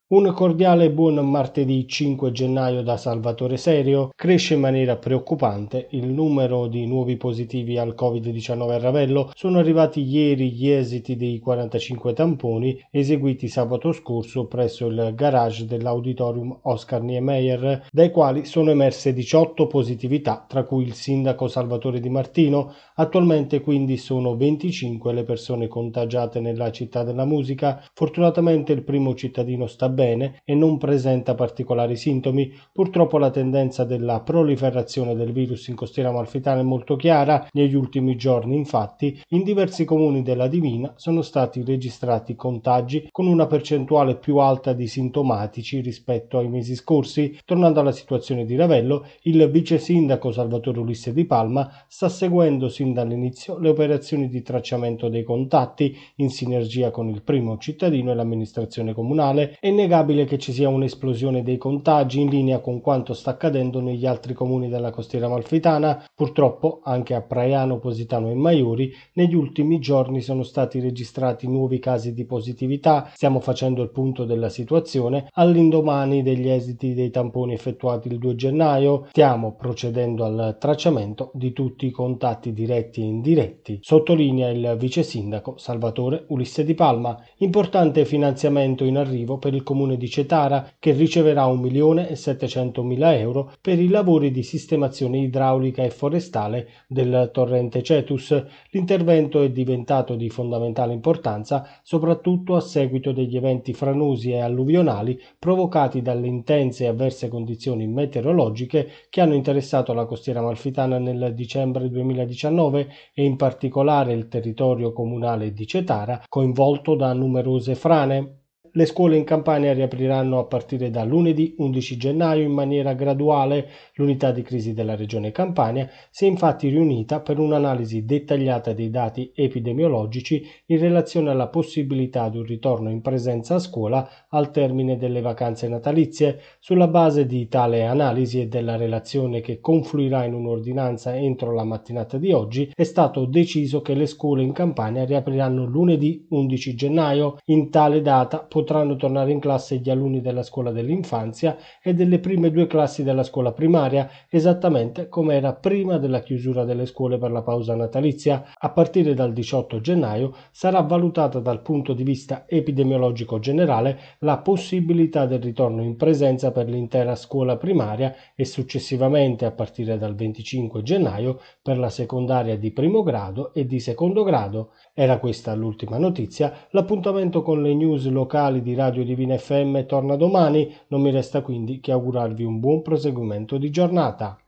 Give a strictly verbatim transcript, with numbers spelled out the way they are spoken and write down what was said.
Un cordiale buon martedì cinque gennaio da Salvatore Serio. Cresce in maniera preoccupante il numero di nuovi positivi al covid diciannove a Ravello. Sono arrivati ieri gli esiti dei quarantacinque tamponi eseguiti sabato scorso presso il garage dell'Auditorium Oscar Niemeyer, dai quali sono emerse diciotto positività, tra cui il sindaco Salvatore Di Martino. Attualmente quindi sono venticinque le persone contagiate nella città della musica. Fortunatamente il primo cittadino sta bene e non presenta particolari sintomi. Purtroppo la tendenza della proliferazione del virus in Costiera Amalfitana è molto chiara. Negli ultimi giorni, infatti, in diversi comuni della Divina sono stati registrati contagi con una percentuale più alta di sintomatici rispetto ai mesi scorsi. Tornando alla situazione di Ravello, il vice sindaco Salvatore Ulisse Di Palma sta seguendo sin dall'inizio le operazioni di tracciamento dei contatti in sinergia con il primo cittadino e l'amministrazione comunale. È innegabile che ci sia un'esplosione dei contagi in linea con quanto sta accadendo negli altri comuni della Costiera Amalfitana. Purtroppo anche a Praiano, Positano e Maiuri negli ultimi giorni sono stati registrati nuovi casi di positività. Stiamo facendo il punto della situazione all'indomani degli esiti dei tamponi effettuati il due gennaio. Stiamo procedendo al tracciamento di tutti i contatti diretti e indiretti, sottolinea il vice sindaco Salvatore Ulisse Di Palma. Importante finanziamento in arrivo per il comune di Cetara, che riceverà un milione e settecentomila euro per i lavori di sistemazione idraulica e forestale del torrente Cetus. L'intervento è diventato di fondamentale importanza soprattutto a seguito degli eventi franosi e alluvionali provocati dalle intense e avverse condizioni meteorologiche che hanno interessato la Costiera Amalfitana nel dicembre duemiladiciannove e in particolare il territorio comunale di Cetara, coinvolto da numerose frane. Le scuole in Campania riapriranno a partire da lunedì undici gennaio in maniera graduale. L'unità di crisi della regione Campania si è infatti riunita per un'analisi dettagliata dei dati epidemiologici in relazione alla possibilità di un ritorno in presenza a scuola al termine delle vacanze natalizie. Sulla base di tale analisi e della relazione che confluirà in un'ordinanza entro la mattinata di oggi, è stato deciso che le scuole in Campania riapriranno lunedì undici gennaio. In tale data potranno tornare in classe gli alunni della scuola dell'infanzia e delle prime due classi della scuola primaria, esattamente come era prima della chiusura delle scuole per la pausa natalizia. A partire dal diciotto gennaio sarà valutata dal punto di vista epidemiologico generale la possibilità del ritorno in presenza per l'intera scuola primaria e successivamente a partire dal venticinque gennaio per la secondaria di primo grado e di secondo grado. Era questa l'ultima notizia. L'appuntamento con le news locali di Radio Divina F M torna domani. Non mi resta quindi che augurarvi un buon proseguimento di giornata.